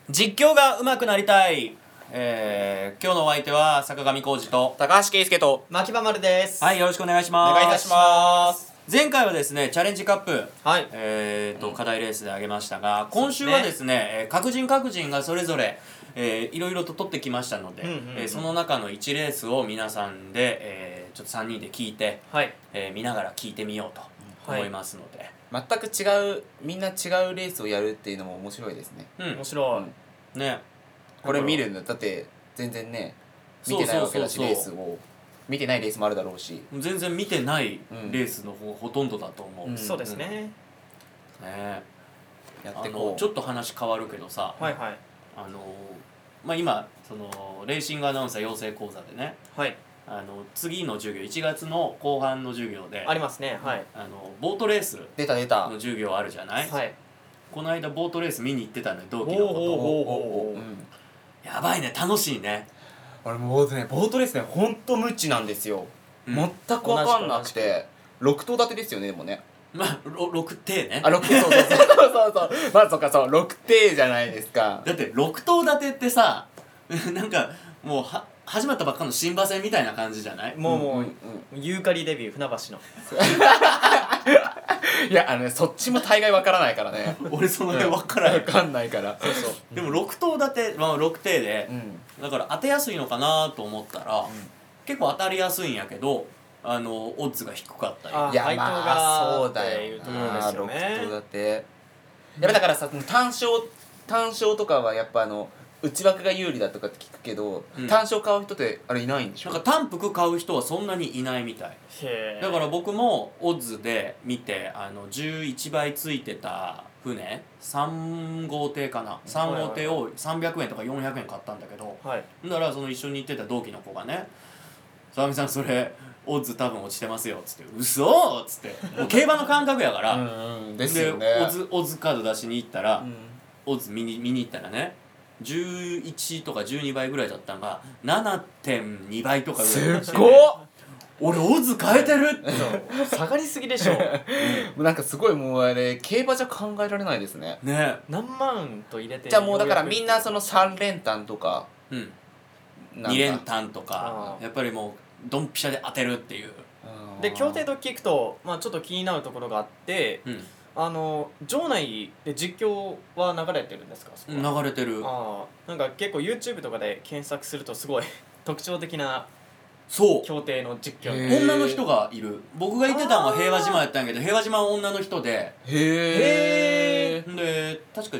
実況が上手くなりたい、今日のお相手は坂上浩二と高橋圭介と牧場丸です。 はい、よろしくお願いします。 お願いいたします。 前回はですねチャレンジカップ、 はい。 課題レースで挙げましたが、今週はですね各人がそれぞれいろいろと取ってきましたので、その中の1レースを皆さんで、ちょっと3人で聞いて、 はい。 見ながら聞いてみようと思いますので、 全く違う、みんな違うレースをやるっていうのも面白いですね。 面白い。 ね、 これ見るのだって全然ね見てないわけだし、レースを見てないレースもあるだろうし、 全然見てないレースのほとんどだと思う。 そうですね。 ね、 やってこう。 ちょっと話変わるけどさ、 はいはい。 今そのレーシングアナウンサー養成講座でね、 はい。 次の授業1月の後半の授業でありますね。はい。 ボートレース出たの授業あるじゃない。 はい。 この間ボートレース見に行ってたのよ、同期の子と。 おやばいね、楽しいね。 俺もうねボートレースねほんと無知なんですよ、全く分かんなくて。6頭立てですよね。でもね、 まあ6艇ね。 あ6艇そうまあそっか、そう6艇じゃないですか。 だって6頭立てってさなんかもう始まったばっかの新馬戦みたいな感じじゃない。 もうユーカリデビュー船橋の。 いやね、そっちも大概分からないからね。 俺その辺分からへん。 分かんないから。 そうそう。 でも6頭立て、6艇で、だから当てやすいのかなと思ったら、結構当たりやすいんやけど、オッズが低かったり。 いやまあそうだよな、6頭立て。やっぱだからさ、単勝とかはやっぱ内枠が有利だとかって聞くけど、単勝買う人ってあれいないんでしょ。 なんか単幅買う人はそんなにいないみたい。だから僕もオッズで見て11倍ついてた船3号艇かな、3号艇を300円とか400円買ったんだけど、だからその一緒に行ってた同期の子がね「佐々木さんそれオッズ多分落ちてますよ」っつって「嘘!」っつってもう競馬の感覚やからですよね。 オッズカード出しに行ったら、オッズ見に行ったらね11とか12倍ぐらいだったのが 7.2 倍とかぐらいだったし、 すごっ。 俺オッズ変えてるって下がりすぎでしょ。 もうなんかすごい、もうあれ競馬じゃ考えられないですね。 ね。 何万と入れて。 じゃあもうだからみんなその3連単とか、 2連単とかやっぱりもうドンピシャで当てるっていう。 で協定と聞くと、ちょっと気になるところがあって、場内で実況は流れてるんですか。 流れてる。 なんか結構 YouTube とかで検索するとすごい特徴的な協定の実況。 女の人がいる。僕がいてたのは平和島やったんやけど、平和島は女の人で、 へえ。 で確か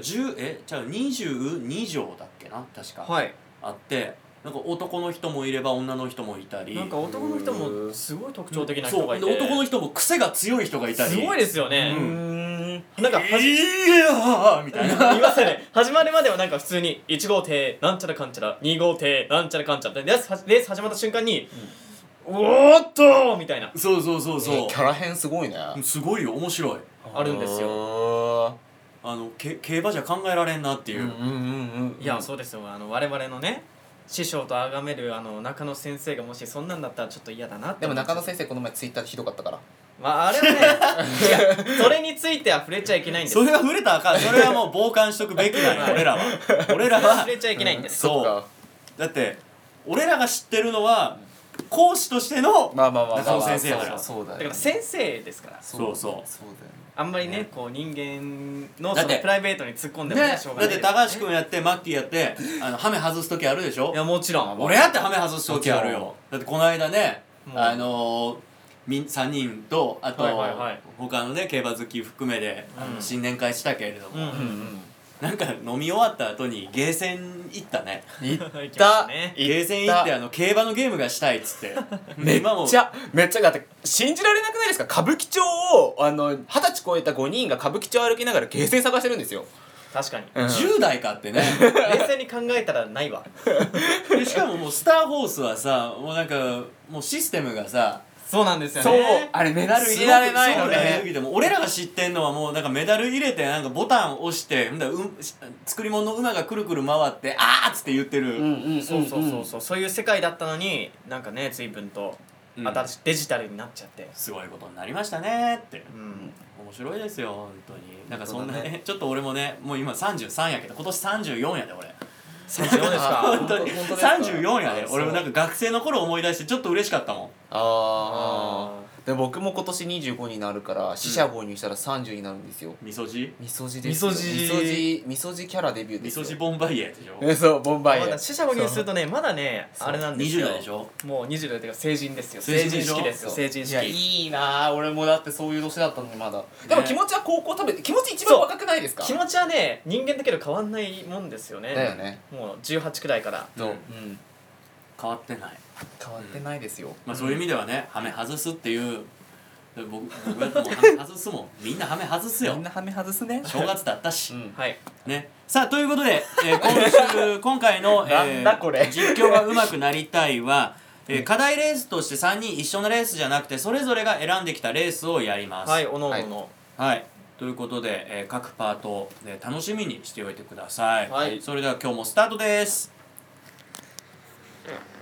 22条だっけな、確かあって、なんか男の人もいれば女の人もいたり、 なんか男の人もすごい特徴的な人がいて、 そうで男の人も癖が強い人がいたり、 すごいですよね。なんかいやみたいな言いますよね。始まるまではなんか普通に1号艇なんちゃらかんちゃら、2号艇なんちゃらかんちゃらでレース始まった瞬間におーっとみたいな。 そうキャラ編すごいね。 すごいよ、面白い。 あるんですよ。 競馬じゃ考えられんなっていう。 いやそうですよ。我々のね師匠と崇める中野先生がもしそんなんだったらちょっと嫌だなって。 でも中野先生この前ツイッターでひどかったから。 あれはね、いやそれについては触れちゃいけないんです。 それは触れたらあかん。それはもう傍観しとくべきだよ。俺らは触れちゃいけないんです。 そうだって俺らが知ってるのは講師としての中野先生やから。 だから先生ですから。 そうあんまりねこう人間のそのプライベートに突っ込んでもしょうがない。 だって高橋君やってマッキーやってハメ外す時あるでしょ。 いやもちろん。 俺やってハメ外す時あるよ。だってこの間ね3人とあと他のね競馬好き含めで新年会したけれども、なんか飲み終わった後にゲーセン行ったね。 行ったゲーセン行って競馬のゲームがしたいっつってめっちゃだって信じられなくないですか。歌舞伎町を20歳超えた5人が歌舞伎町歩きながらゲーセン探してるんですよ。 確かに 10代かってね。 冷静に考えたらないわ。 しかももうスターホースはさ、もうなんかもうシステムがさ、 そうなんですよそうね。 あれメダル入れられないのね。 でも俺らが知ってんのはもうなんかメダル入れてなんかボタン押して作り物の馬がくるくる回ってあーっつって言ってる。 そういう世界だったのになんかね随分と新しいデジタルになっちゃって、 すごいことになりましたねって、 うん、 面白いですよ本当に。なんかそんなね、ちょっと俺もねもう今33やけど今年34やで俺。 34ですか。 本当に34やで。俺もなんか学生の頃思い出してちょっと嬉しかったもん。 ああ。で僕も今年25になるから四捨五入したら30になるんですよ。 みそじですよ。みそじキャラデビューですよ。 みそじボンバイエでしょ。 そうボンバイエ。 四捨五入するとねまだねあれなんですよ。 20代でしょ。 もう20代っていうか成人ですよ。成人式ですよ。成人式。 いいな俺もだってそういう年だったのにまだ。でも気持ちは高校食べて気持ち一番若くないですか。 気持ちはね人間だけど変わんないもんですよね。 だよね。 もう18くらいから。 変わってない。 変わってないですよ。 まあそういう意味ではねハメ外すっていう僕やってもハメ外すもん。みんなハメ外すよ。 みんなハメ外すね。 正月だったし。 はいね。さあということで今回のなんだこれ実況が上手くなりたいは課題レースとして3人一緒のレースじゃなくてそれぞれが選んできたレースをやります。 はいおのおの。 はいということで各パート楽しみにしておいてください。 はい。 それでは今日もスタートです。